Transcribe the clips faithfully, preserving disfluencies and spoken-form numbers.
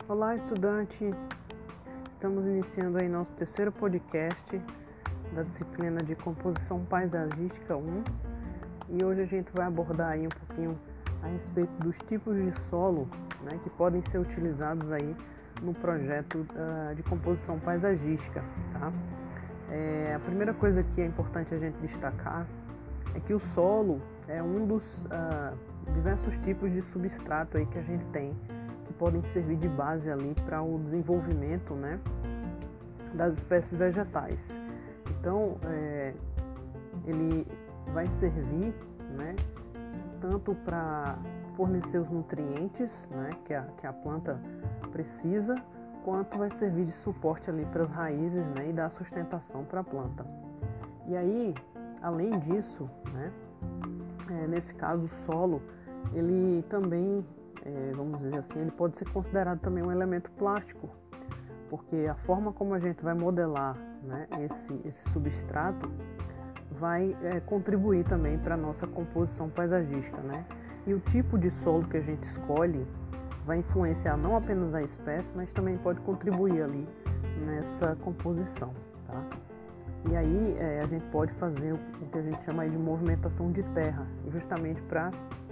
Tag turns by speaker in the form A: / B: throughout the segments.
A: Olá, estudante! Estamos iniciando aí nosso terceiro podcast da disciplina de Composição Paisagística um e hoje a gente vai abordar aí um pouquinho a respeito dos tipos de solo, né, que podem ser utilizados aí no projeto uh, de composição paisagística, tá? É, a primeira coisa que é importante a gente destacar é que o solo é um dos uh, diversos tipos de substrato aí que a gente tem, que podem servir de base ali para o desenvolvimento, né, das espécies vegetais. Então, é, ele vai servir, né, tanto para fornecer os nutrientes, né, que a, que a planta precisa, quanto vai servir de suporte ali para as raízes, né, e dar sustentação para a planta. E aí, além disso, né, é, nesse caso o solo, ele também, é, vamos dizer assim, ele pode ser considerado também um elemento plástico, porque a forma como a gente vai modelar, né, esse, esse substrato vai é, contribuir também para a nossa composição paisagística, né? E o tipo de solo que a gente escolhe vai influenciar não apenas a espécie, mas também pode contribuir ali nessa composição, tá? E aí é, a gente pode fazer o que a gente chama aí de movimentação de terra, justamente para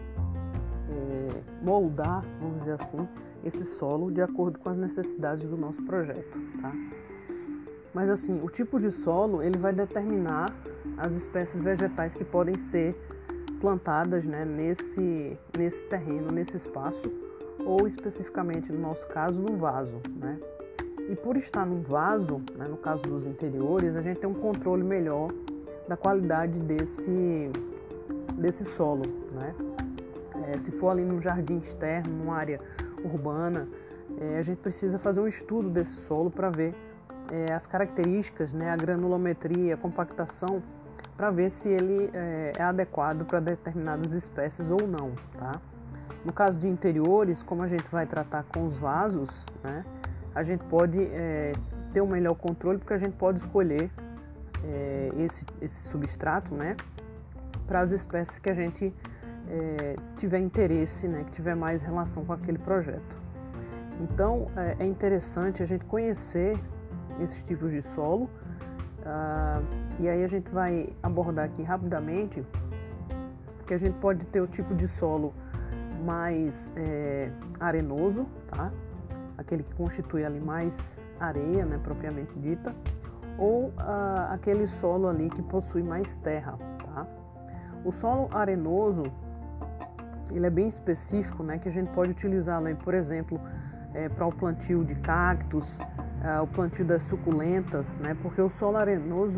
A: é, moldar, vamos dizer assim, esse solo de acordo com as necessidades do nosso projeto, tá? Mas assim, o tipo de solo ele vai determinar as espécies vegetais que podem ser plantadas, né, nesse, nesse terreno, nesse espaço, ou especificamente no nosso caso no vaso, né? E por estar num vaso, né, no caso dos interiores, a gente tem um controle melhor da qualidade desse, desse solo, né? É, se for ali num jardim externo, numa área urbana, é, a gente precisa fazer um estudo desse solo para ver é, as características, né, a granulometria, a compactação, para ver se ele é, é adequado para determinadas espécies ou não, tá? No caso de interiores, como a gente vai tratar com os vasos, né, a gente pode é, ter um melhor controle, porque a gente pode escolher é, esse, esse substrato, né, para as espécies que a gente é, tiver interesse, né, que tiver mais relação com aquele projeto. Então, é, é interessante a gente conhecer esses tipos de solo, uh, e aí a gente vai abordar aqui rapidamente que a gente pode ter o tipo de solo mais é, arenoso, tá? Aquele que constitui ali mais areia, né, propriamente dita, ou uh, aquele solo ali que possui mais terra, tá? O solo arenoso, ele é bem específico, né, que a gente pode utilizá-lo aí, por exemplo, é, para o plantio de cactos, uh, o plantio das suculentas, né, porque o solo arenoso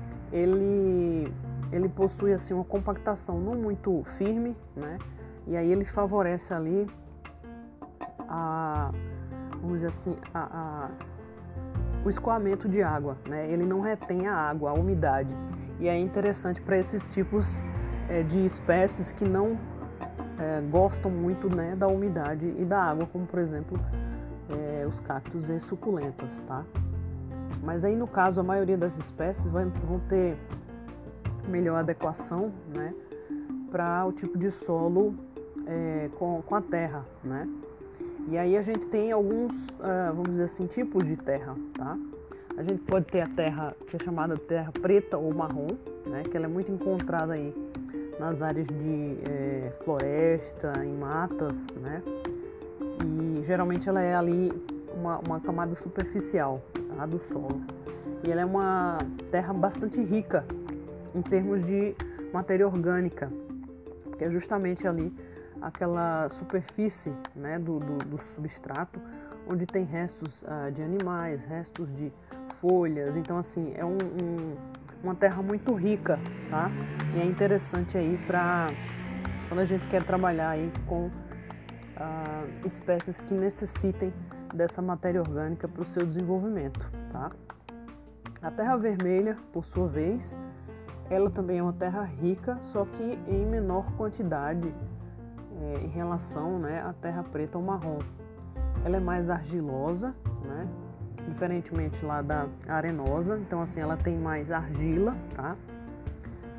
A: ele, ele possui assim uma compactação não muito firme, né, e aí ele favorece ali a, vamos dizer assim, a, a, o escoamento de água, né, ele não retém a água, a umidade, e é interessante para esses tipos é, de espécies que não é, gostam muito, né, da umidade e da água, como por exemplo é, os cactos e suculentas, tá? Mas aí no caso a maioria das espécies vai, vão ter melhor adequação, né, para o tipo de solo é, com, com a terra, né? E aí a gente tem alguns, uh, vamos dizer assim, tipos de terra, tá? A gente pode ter a terra que é chamada terra preta ou marrom, né, que ela é muito encontrada aí nas áreas de é, floresta, em matas, né? E geralmente ela é ali uma, uma camada superficial, tá, do solo. E ela é uma terra bastante rica em termos de matéria orgânica, porque é justamente ali aquela superfície, né, do, do, do substrato, onde tem restos ah, de animais, restos de folhas. Então assim, é um, um, uma terra muito rica, tá? E é interessante aí para quando a gente quer trabalhar aí com ah, espécies que necessitem dessa matéria orgânica para o seu desenvolvimento, tá? A terra vermelha, por sua vez, ela também é uma terra rica, só que em menor quantidade é, em relação, né, à terra preta ou marrom. Ela é mais argilosa, né, diferentemente lá da arenosa, então assim ela tem mais argila, tá?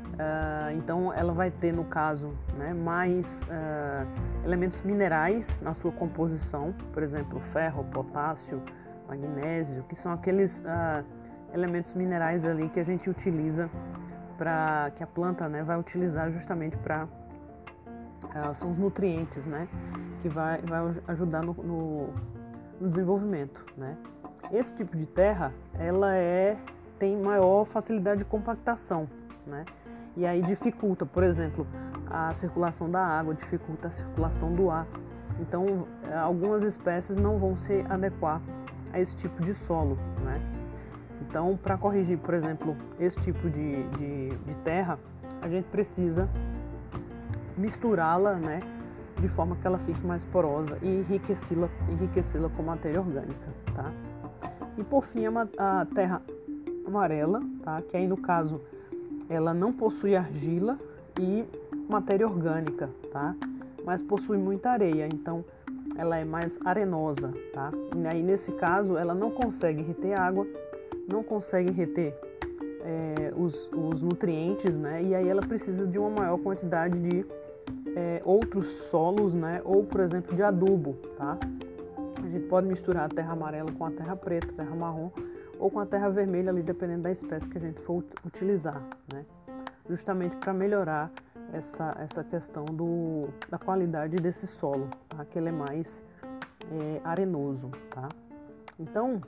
A: Uh, então ela vai ter, no caso, né, mais uh, elementos minerais na sua composição, por exemplo, ferro, potássio, magnésio, que são aqueles uh, elementos minerais ali que a gente utiliza para que a planta, né, vai utilizar justamente para uh, são os nutrientes, né, que vai, vai ajudar no, no, no desenvolvimento, né. Esse tipo de terra, ela é tem maior facilidade de compactação, né. E aí dificulta, por exemplo, a circulação da água, dificulta a circulação do ar. Então, algumas espécies não vão se adequar a esse tipo de solo, né? Então, para corrigir, por exemplo, esse tipo de, de, de terra, a gente precisa misturá-la, né, de forma que ela fique mais porosa e enriquecê-la, enriquecê-la com matéria orgânica, tá? E por fim, a, a terra amarela, tá? Que aí no caso ela não possui argila e matéria orgânica, tá? Mas possui muita areia, então ela é mais arenosa, tá? E aí nesse caso ela não consegue reter água, não consegue reter é, os, os nutrientes, né? E aí ela precisa de uma maior quantidade de é, outros solos, né? Ou por exemplo de adubo, tá? A gente pode misturar a terra amarela com a terra preta, terra marrom, ou com a terra vermelha ali, dependendo da espécie que a gente for utilizar, né? Justamente para melhorar essa, essa questão do, da qualidade desse solo, tá? Que ele é mais é, arenoso, tá? Então,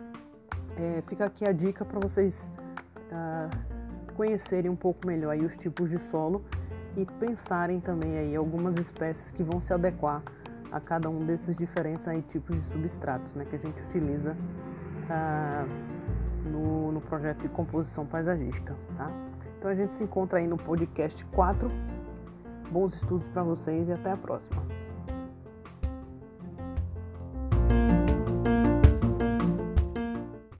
A: é, fica aqui a dica para vocês ah, conhecerem um pouco melhor aí os tipos de solo e pensarem também aí algumas espécies que vão se adequar a cada um desses diferentes aí tipos de substratos, né, que a gente utiliza ah, no, no projeto de composição paisagística, tá? Então a gente se encontra aí no podcast quatro. Bons estudos para vocês e até a próxima.